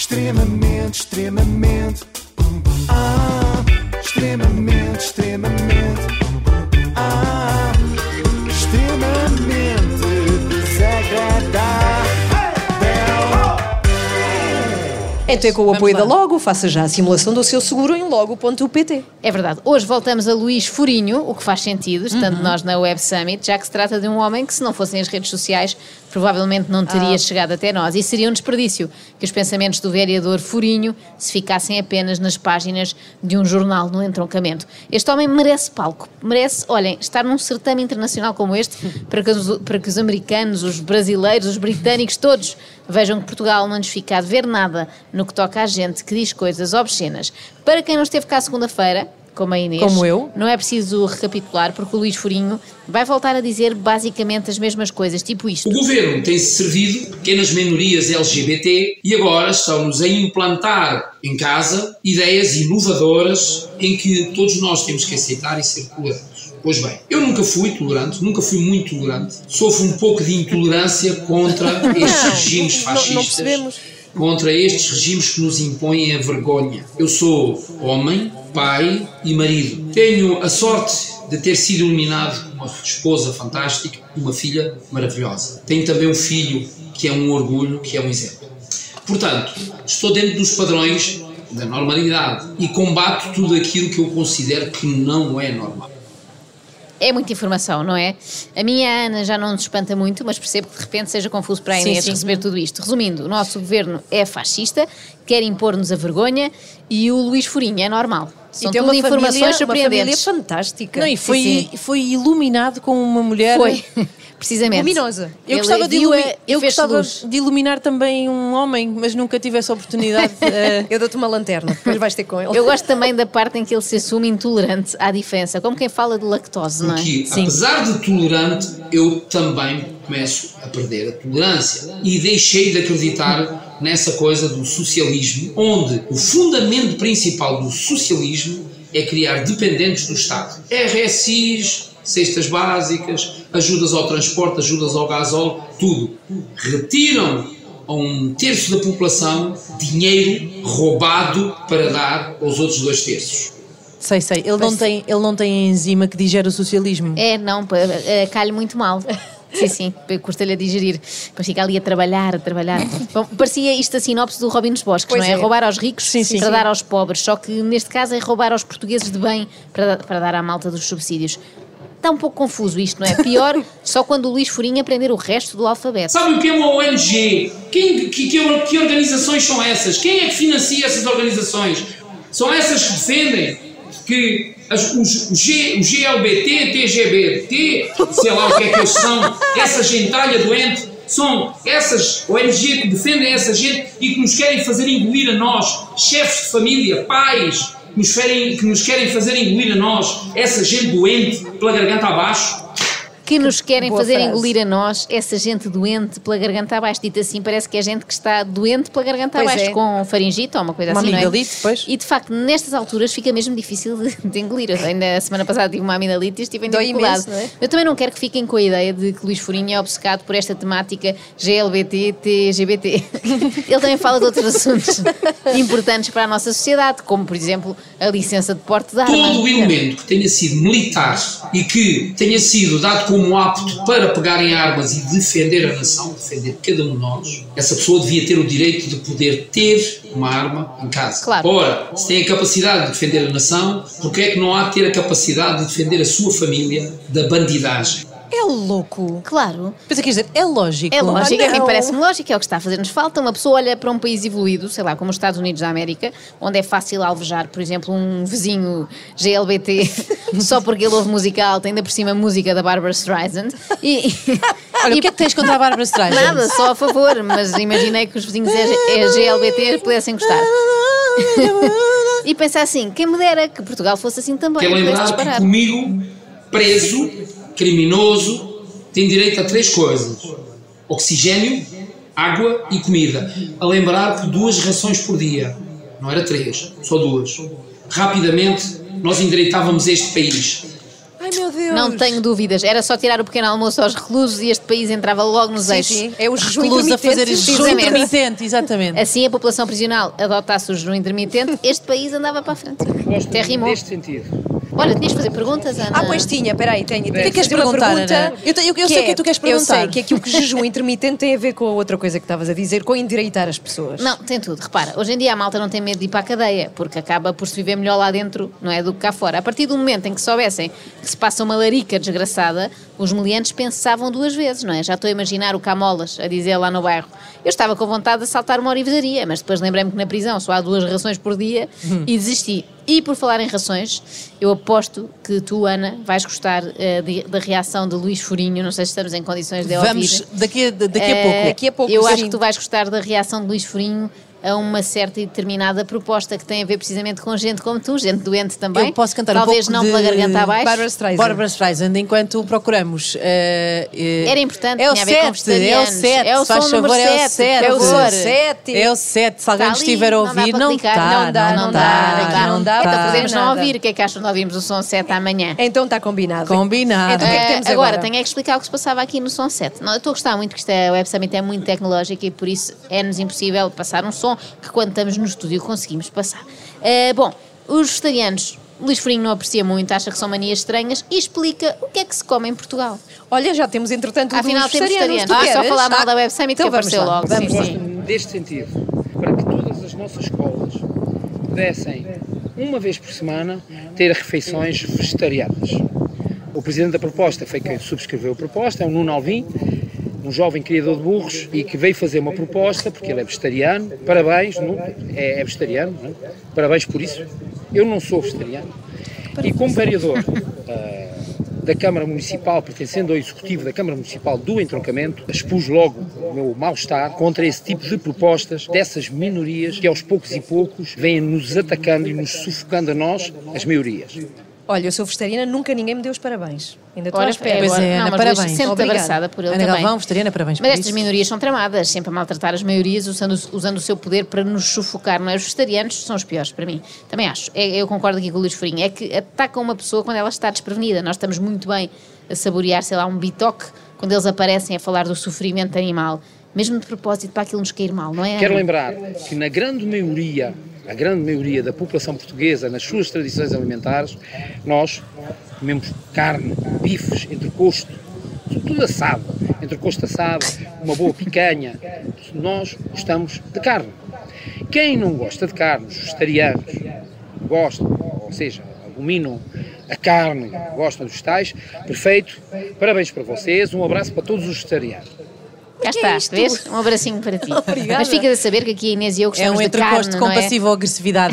Extremamente, extremamente. Extremamente, extremamente. Extremamente desagradável. Então, com o apoio da Logo, faça já a simulação do seu seguro em logo.pt. É verdade. Hoje voltamos a Luís Furinho, o que faz sentido, estando nós na Web Summit, já que se trata de um homem que, se não fossem as redes sociais, provavelmente não teria chegado até nós. E seria um desperdício que os pensamentos do vereador Furinho se ficassem apenas nas páginas de um jornal no entroncamento. Este homem merece palco. Merece, olhem, estar num certame internacional como este, para que os americanos, os brasileiros, os britânicos, todos vejam que Portugal não nos fica a dever nada no que toca à gente que diz coisas obscenas. Para quem não esteve cá segunda-feira, como a Inês, como eu, não é preciso recapitular, porque o Luís Furinho vai voltar a dizer basicamente as mesmas coisas, tipo isto. O governo tem-se servido de pequenas minorias LGBT e agora estão-nos a implantar em casa ideias inovadoras em que todos nós temos que aceitar e ser tolerantes. Pois bem, eu nunca fui tolerante, nunca fui muito tolerante, sofro um pouco de intolerância contra estes regimes fascistas. Não percebemos. Contra estes regimes que nos impõem a vergonha. Eu sou homem, pai e marido. Tenho a sorte de ter sido iluminado com uma esposa fantástica e uma filha maravilhosa. Tenho também um filho que é um orgulho, que é um exemplo. Portanto, estou dentro dos padrões da normalidade e combato tudo aquilo que eu considero que não é normal. É muita informação, não é? A minha Ana já não nos espanta muito, mas percebo que de repente seja confuso para a Inês receber tudo isto. Resumindo, o nosso governo é fascista, quer impor-nos a vergonha e o Luís Furinho é normal. São tudo informações surpreendentes. Uma família fantástica. Não, e foi iluminado com uma mulher... Foi, precisamente. Luminosa. Eu gostava de iluminar também um homem, mas nunca tive essa oportunidade. Eu dou-te uma lanterna, depois vais ter com ele. Eu gosto também da parte em que ele se assume intolerante à diferença, como quem fala de lactose, não é? Porque, apesar de tolerante, eu também começo a perder a tolerância e deixei de acreditar nessa coisa do socialismo, onde o fundamento principal do socialismo é criar dependentes do Estado. RSIs, cestas básicas, ajudas ao transporte, ajudas ao gasóleo, tudo. Retiram a um terço da população dinheiro roubado para dar aos outros 2 terços. Sei. Ele não tem a enzima que digere o socialismo. É, não, calha muito mal. Sim, custa-lhe a digerir. Depois fica ali a trabalhar. Bom, parecia isto a sinopse do Robin dos Bosques, não é? Roubar aos ricos para dar aos pobres, só que neste caso é roubar aos portugueses de bem para dar à malta dos subsídios. Está um pouco confuso isto, não é? Pior só quando o Luís Furinho aprender o resto do alfabeto. Sabe o que é uma ONG? Que organizações são essas? Quem é que financia essas organizações? São essas que defendem que os GLBT, TGBT, sei lá o que é que eles são, essa gentalha doente, são essas ONG que defendem essa gente e que nos querem fazer engolir a nós, chefes de família, pais, que nos querem fazer engolir a nós, essa gente doente pela garganta abaixo. Que nos querem fazer engolir a nós, essa gente doente pela garganta abaixo. Dito assim, parece que é gente que está doente pela garganta abaixo, com faringite ou uma coisa assim, não é? Amigdalite, pois. E de facto, nestas alturas fica mesmo difícil de engolir. Eu ainda a semana passada tive uma amigdalite e estive em dificuldade. Imenso, não é? Eu também não quero que fiquem com a ideia de que Luís Furinho é obcecado por esta temática GLBT, TGBT. Ele também fala de outros assuntos importantes para a nossa sociedade, como por exemplo a licença de porte de arma. Todo o elemento que tenha sido militar e que tenha sido dado como apto para pegar em armas e defender a nação, defender cada um de nós, essa pessoa devia ter o direito de poder ter uma arma em casa. Claro. Ora, se tem a capacidade de defender a nação, porque é que não há de ter a capacidade de defender a sua família da bandidagem? É louco. Claro. Pensa, quer dizer, é lógico. É lógico, a mim parece-me lógico, é o que está a fazer-nos falta. Uma pessoa olha para um país evoluído, sei lá, como os Estados Unidos da América, onde é fácil alvejar, por exemplo, um vizinho GLBT só porque ele ouve música alta, ainda por cima música da Barbra Streisand. Olha, o que é que tens contra a Barbra Streisand? Nada, só a favor, mas imaginei que os vizinhos GLBT pudessem gostar. E pensar assim, quem me dera que Portugal fosse assim também. Quer lembrar que comigo, preso, criminoso, tem direito a 3 coisas: oxigênio, água e comida. A lembrar que 2 rações por dia, não era 3, só 2. Rapidamente nós endireitávamos este país. Ai, meu Deus. Não tenho dúvidas. Era só tirar o pequeno almoço aos reclusos e este país entrava logo nos eixos. Sim, é o jejum Reclusos a fazer intermitente. jejum intermitente, exatamente. Assim a população prisional adotasse o jejum intermitente, este país andava para a frente. Até rimou. Neste sentido. Olha, tinhas de fazer perguntas, Ana? Pois tinha, peraí, tenho. O que é que queres perguntar, Ana? Eu sei o que tu queres perguntar. Eu sei que aquilo que jejum intermitente tem a ver com a outra coisa que estavas a dizer, com endireitar as pessoas. Não, tem tudo. Repara, hoje em dia a malta não tem medo de ir para a cadeia, porque acaba por se viver melhor lá dentro, não é, do que cá fora. A partir do momento em que soubessem que se passa uma larica desgraçada, os meliantes pensavam duas vezes, não é? Já estou a imaginar o Camolas a dizer lá no bairro: eu estava com vontade de assaltar uma orivesaria, mas depois lembrei-me que na prisão só há 2 rações por dia e desisti. E por falar em rações, eu aposto que tu, Ana, vais gostar da reação de Luís Furinho. Não sei se estamos em condições de Vamos, ouvir. daqui a pouco. Daqui a pouco, Eu sim. acho que tu vais gostar da reação de Luís Furinho a uma certa e determinada proposta que tem a ver precisamente com gente como tu, gente doente também. Eu posso cantar Talvez um pouco não de pela garganta abaixo. Bárbara Streisand, enquanto procuramos. Era importante, É o tinha a ver com 7, é o vegetarianos. 7, É o faz som número favor, é o 7, 7. por favor. 7. É o 7, se alguém Está nos ali, estiver a não dá ouvir, para não clicar, está. não dá. Então podemos não nada. ouvir. O que é que acham de ouvirmos o som 7 amanhã? Então está combinado. Combinado. Então o que é que temos Agora, agora? tenho é que explicar o que se passava aqui no Som 7. Não, eu estou a gostar muito, que a Web Summit é muito tecnológica e por isso é-nos impossível passar um som que quando estamos no estúdio conseguimos passar. Bom, os vegetarianos, Luís Furinho não aprecia muito, acha que são manias estranhas e explica o que é que se come em Portugal. Olha, já temos entretanto Afinal, dos temos vegetarianos. vegetarianos. Tu Só falar queres? mal da Web Summit Então que vamos apareceu lá, logo. vamos Sim, lá. sim. Deste sentido, para que todas as nossas escolas pudessem, uma vez por semana, ter refeições vegetarianas. O presidente da proposta foi quem subscreveu a proposta, é o Nuno Alvim, um jovem criador de burros e que veio fazer uma proposta, porque ele é vegetariano. Parabéns, é vegetariano, não é? Parabéns por isso. Eu não sou vegetariano. E como vereador da Câmara Municipal, pertencendo ao Executivo da Câmara Municipal do Entroncamento, expus logo o meu mal-estar contra esse tipo de propostas dessas minorias que aos poucos e poucos vêm nos atacando e nos sufocando a nós, as maiorias. Olha, eu sou vegetariana, nunca ninguém me deu os parabéns. Ainda estou à Ora, espera. Pois é, não, Ana, mas parabéns. Luís, sente-te Obrigada. abraçada por ele Ana também. Galvão, vegetariana, parabéns por Mas estas isso. minorias são tramadas, sempre a maltratar as maiorias, usando o seu poder para nos sufocar, não é? Os vegetarianos são os piores, para mim. Também acho. Eu concordo aqui com o Luís Furinho. É que atacam uma pessoa quando ela está desprevenida. Nós estamos muito bem a saborear, sei lá, um bitoque, quando eles aparecem a falar do sofrimento animal, mesmo de propósito para aquilo nos cair mal, não é? Quero lembrar que na grande maioria, a grande maioria da população portuguesa, nas suas tradições alimentares, nós comemos carne, bifes, entrecosto, tudo assado, entrecosto assado, uma boa picanha. Nós gostamos de carne. Quem não gosta de carne, os vegetarianos, gostam, ou seja, abominam a carne, gostam dos vegetais, perfeito, parabéns para vocês, um abraço para todos os vegetarianos. Cá está, vês? Um abracinho para ti. Obrigada. Mas ficas a saber que aqui a Inês e eu É gostamos um de carne, entrecosto com não é? passivo-agressividade.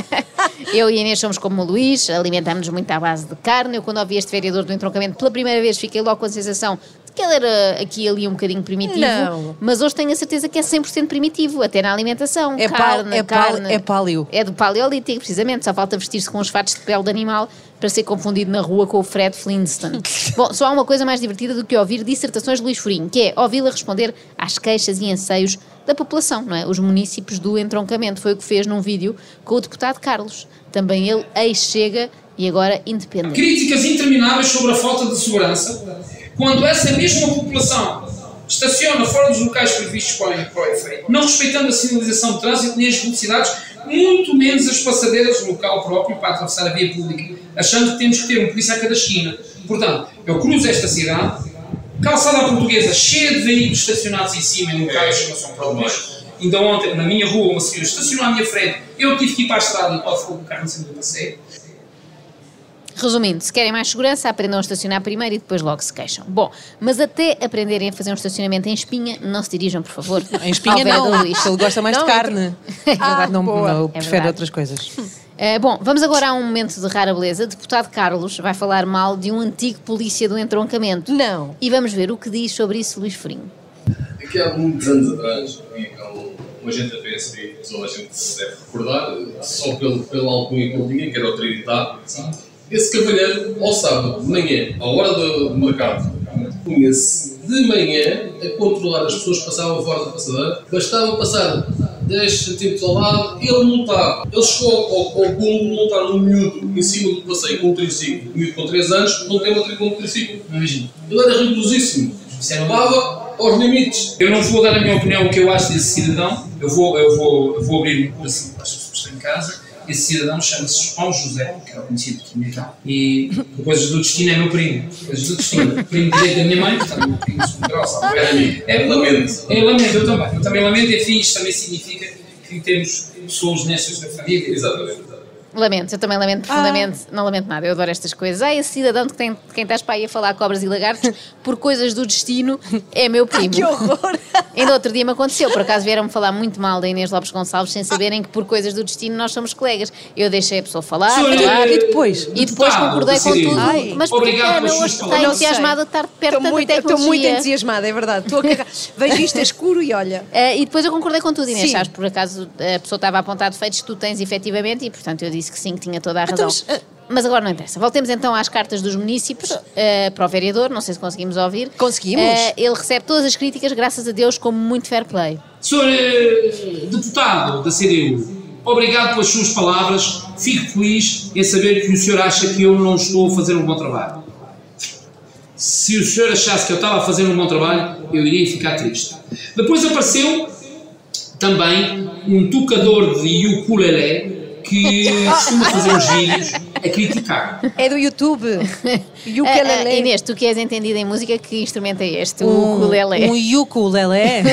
Eu e a Inês somos como o Luís, alimentamos-nos muito à base de carne. Eu, quando ouvi este vereador do entroncamento pela primeira vez, fiquei logo com a sensação de que ele era aqui e ali um bocadinho primitivo. Não. Mas hoje tenho a certeza que é 100% primitivo, até na alimentação. É carne. páleo. É do paleolítico, precisamente. Só falta vestir-se com os fatos de pele de animal para ser confundido na rua com o Fred Flintstone. Bom, só há uma coisa mais divertida do que ouvir dissertações de Luís Furinho, que é ouvi-la responder às queixas e anseios da população, não é? Os munícipes do entroncamento. Foi o que fez num vídeo com o deputado Carlos. Também ele, ex-Chega e agora independente. Críticas intermináveis sobre a falta de segurança, quando essa mesma população estaciona fora dos locais previstos para o efeito, não respeitando a sinalização de trânsito nem as velocidades, muito menos as passadeiras no local próprio para atravessar a via pública, achando que temos que ter um polícia a cada esquina. Portanto, eu cruzo esta cidade, calçada portuguesa cheia de veículos estacionados em cima em locais que não são próprios. Ainda ontem, na minha rua, uma senhora estacionou à minha frente, eu tive que ir para a estrada e pode ficar com o carro em cima do passeio. Resumindo, se querem mais segurança, aprendam a estacionar primeiro e depois logo se queixam. Bom, mas até aprenderem a fazer um estacionamento em Espinha, não se dirijam, por favor. Em Espinha ao vereador não, Luís. porque ele gosta mais de carne. É verdade. Não, boa. prefere verdade. outras coisas. Bom, vamos agora a um momento de rara beleza. Deputado Carlos vai falar mal de um antigo polícia do entroncamento. Não. E vamos ver o que diz sobre isso Luís Furinho. Aqui há muitos anos atrás, um agente da PSP, só a gente se deve recordar, só pela alcunha que ele tinha, que era o Trinitário. Esse cavalheiro, ao sábado de manhã, à hora do mercado, punha-se de manhã a controlar as pessoas que passavam fora da passadeira. Bastava passar 10 centímetros ao lado, ele não estava. Ele chegou ao ponto de montar um miúdo em cima do passeio com um triciclo, um miúdo com 3 anos, não tem matrícula no triciclo. Imagina. Ele era rigorosíssimo. Levava aos limites. Eu não vou dar a minha opinião, o que eu acho desse cidadão. Eu vou abrir um coração para as pessoas que estão em casa. Esse cidadão chama-se João José, que era conhecido aqui no cá. E Coisas do Destino é meu primo. Coisas do Destino. Primo direito da minha mãe, portanto, meu primo segundo grau, sabe? Lamento. Lamento, eu também lamento, é fixe, também significa que temos pessoas nestas da família. Exatamente. Lamento, eu também lamento profundamente, não lamento nada, eu adoro estas coisas. Esse cidadão de quem estás para aí a falar cobras e lagartos, por coisas do destino, é meu primo. Que horror! Ainda outro dia me aconteceu, por acaso vieram-me falar muito mal da Inês Lopes Gonçalves, sem saberem que por coisas do destino nós somos colegas. Eu deixei a pessoa falar, E depois? E depois concordei com tudo. Mas porque Ana hoje está entusiasmada de estar perto da tecnologia. Estou muito entusiasmada, é verdade. Vejo isto escuro e olha. E depois eu concordei com tudo, Inês, Sim. sabes, por acaso a pessoa estava a apontar defeitos que tu tens efetivamente e portanto eu disse que sim, que tinha toda a razão. Mas agora não interessa. Voltemos então às cartas dos munícipes para o vereador, não sei se conseguimos ouvir. Conseguimos. Ele recebe todas as críticas, graças a Deus, como muito fair play. Senhor deputado da CDU, obrigado pelas suas palavras. Fico feliz em saber que o senhor acha que eu não estou a fazer um bom trabalho. Se o senhor achasse que eu estava a fazer um bom trabalho, eu iria ficar triste. Depois apareceu também um tocador de ukulele que costuma fazer uns vídeos a criticar. É do YouTube. Ukulele. Inês, tu que és entendida em música, que instrumento é este? O ukulele. Um ukulele.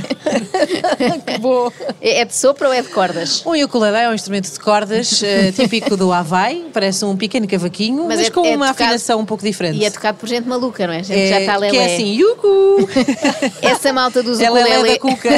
Que bom. É de sopro ou é de cordas? Um ukulele é um instrumento de cordas típico do Havaí, parece um pequeno cavaquinho, mas com uma afinação um pouco diferente. E é tocado por gente maluca, não é? Gente que já está lelé. Que é assim, yuku! Essa malta dos ukulele.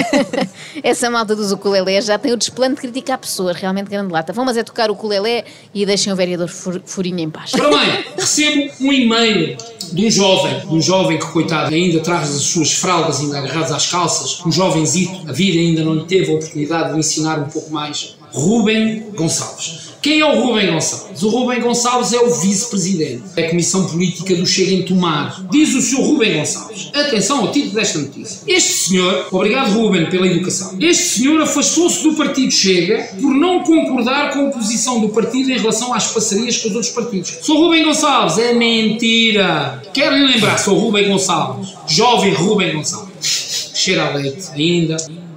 Essa malta dos ukulelés já tem o desplante de criticar pessoas, realmente grande lata. Vão mas é tocar o ukulele e deixem o vereador Furinho em paz. Para mãe, recebo um e-mail de um jovem que, coitado, ainda traz as suas fraldas ainda agarradas às calças, um jovenzito, a vida ainda não lhe teve a oportunidade de ensinar um pouco mais. Rubem Gonçalves. Quem é o Rubem Gonçalves? O Rubem Gonçalves é o vice-presidente da Comissão Política do Chega em Tomar. Diz o Sr. Rubem Gonçalves. Atenção ao título desta notícia. Este senhor, obrigado Rubem pela educação, este senhor afastou-se do partido Chega por não concordar com a posição do partido em relação às parcerias com os outros partidos. Sr. Rubem Gonçalves, é mentira. Quero lhe lembrar, Sr. Rubem Gonçalves, jovem Rubem Gonçalves, cheira a leite ainda.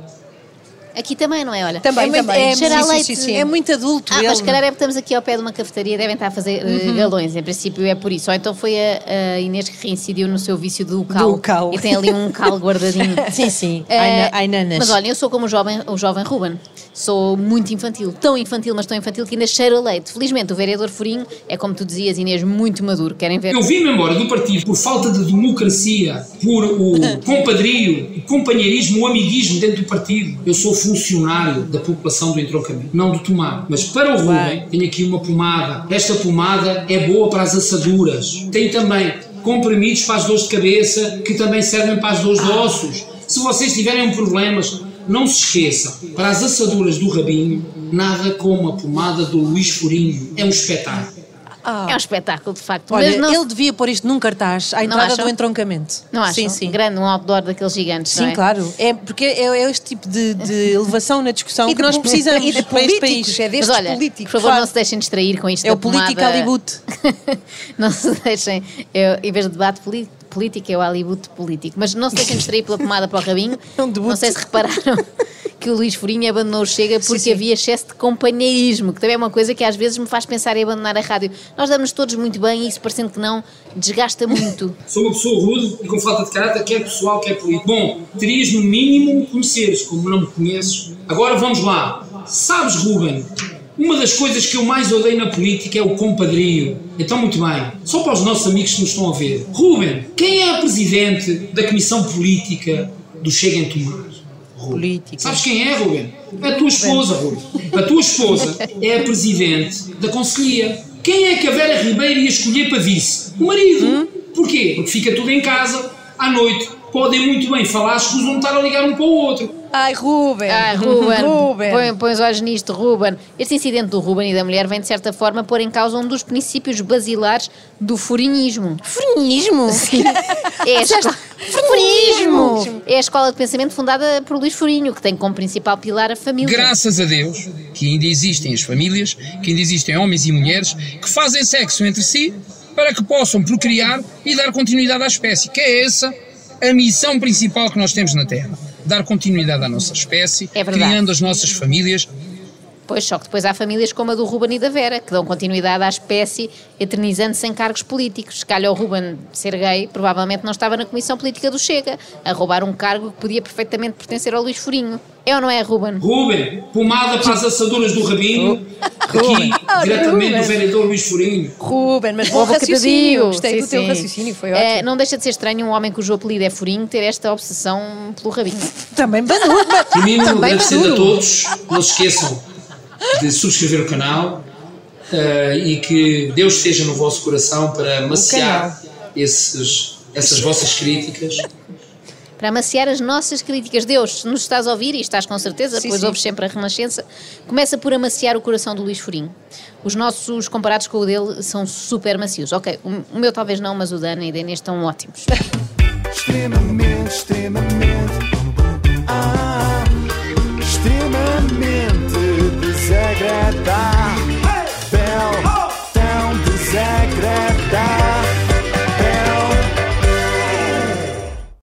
Aqui também, não é? Olha. Também. Cheira a leite. Sim. É muito adulto. Mas se calhar é porque estamos aqui ao pé de uma cafetaria, devem estar a fazer galões, em princípio é por isso. Ou então foi a Inês que reincidiu no seu vício do cal. E tem ali um cal guardadinho. Sim. Ai, nanas. Mas olha, eu sou como o jovem Ruben. Sou muito infantil. Tão infantil, mas tão infantil que ainda cheiro a leite. Felizmente o vereador Furinho é, como tu dizias, Inês, muito maduro. Querem ver? Eu vim-me embora do partido por falta de democracia, por o compadrio, o companheirismo, o amiguismo dentro do partido. Eu sou funcionário da população do entroncamento, não do Tomar. Mas para o Rubem, tenho aqui uma pomada. Esta pomada é boa para as assaduras. Tem também comprimidos para as dores de cabeça, que também servem para as dores de ossos. Se vocês tiverem problemas, não se esqueçam, para as assaduras do rabinho, nada como a pomada do Luís Furinho. É um espetáculo. É um espetáculo, de facto. Olha, mas não... ele devia pôr isto num cartaz à entrada do entroncamento. Não acham? Sim. Grande, um outdoor daqueles gigantes, Sim, não é? claro. É porque é este tipo de elevação na discussão que nós precisamos e de para este políticos, país. é destes Mas olha, políticos. por favor, não se deixem distrair com isto É da o político pomada. Hollywood. Não se deixem, em vez de debate político, é o Hollywood político. Mas não se deixem distrair pela pomada para o rabinho. Não sei se repararam que o Luís Furinho abandonou o Chega porque havia excesso de companheirismo, que também é uma coisa que às vezes me faz pensar em abandonar a rádio. Nós damos todos muito bem e isso, parecendo que não, desgasta muito. Sou uma pessoa rude e com falta de caráter, quer pessoal, quer político. Bom, terias no mínimo me conheceres, como não me conheces. Agora vamos lá. Sabes, Rubem, uma das coisas que eu mais odeio na política é o compadrio. Então, muito bem, só para os nossos amigos que nos estão a ver. Rubem, quem é a presidente da Comissão Política do Chega em Tomar? Política. Sabes quem é, Rubem? É a tua esposa, Rubem. A tua esposa é a presidente da Conselhia. Quem é que a Vera Ribeiro ia escolher para vice? O marido. Porquê? Porque fica tudo em casa, à noite, podem muito bem falar, escusam de estar a ligar um para o outro. Ai, Ruben. Põe os olhos nisto, Ruben. Este incidente do Ruben e da mulher vem, de certa forma, pôr em causa um dos princípios basilares do furinismo. Furinismo? Sim. Furinismo! É a escola de pensamento fundada por Luís Furinho, que tem como principal pilar a família. Graças a Deus que ainda existem as famílias, que ainda existem homens e mulheres que fazem sexo entre si para que possam procriar e dar continuidade à espécie, que é essa a missão principal que nós temos na Terra. Dar continuidade à nossa espécie, criando as nossas famílias. Pois, só que depois há famílias como a do Ruben e da Vera, que dão continuidade à espécie, eternizando-se em cargos políticos. Se calhar o Ruben ser gay, provavelmente não estava na Comissão Política do Chega, a roubar um cargo que podia perfeitamente pertencer ao Luís Furinho. É ou não é, Ruben? Ruben, pomada para as assaduras do rabinho, aqui, diretamente do vereador Luís Furinho. Ruben, mas bom raciocínio. Gostei do teu raciocínio, foi ótimo. Não deixa de ser estranho um homem cujo apelido é Furinho ter esta obsessão pelo rabinho. Também baduro. Termino agradecendo a todos, não se esqueçam de subscrever o canal e que Deus esteja no vosso coração para maciar essas vossas críticas. Para amaciar as nossas críticas. Deus, se nos estás a ouvir, e estás com certeza, pois ouves sempre a Renascença, começa por amaciar o coração do Luís Furinho. Os nossos, comparados com o dele, são super macios. Ok, o meu talvez não, mas o da Ana e da Inês estão ótimos. Extremamente, extremamente. Extremamente.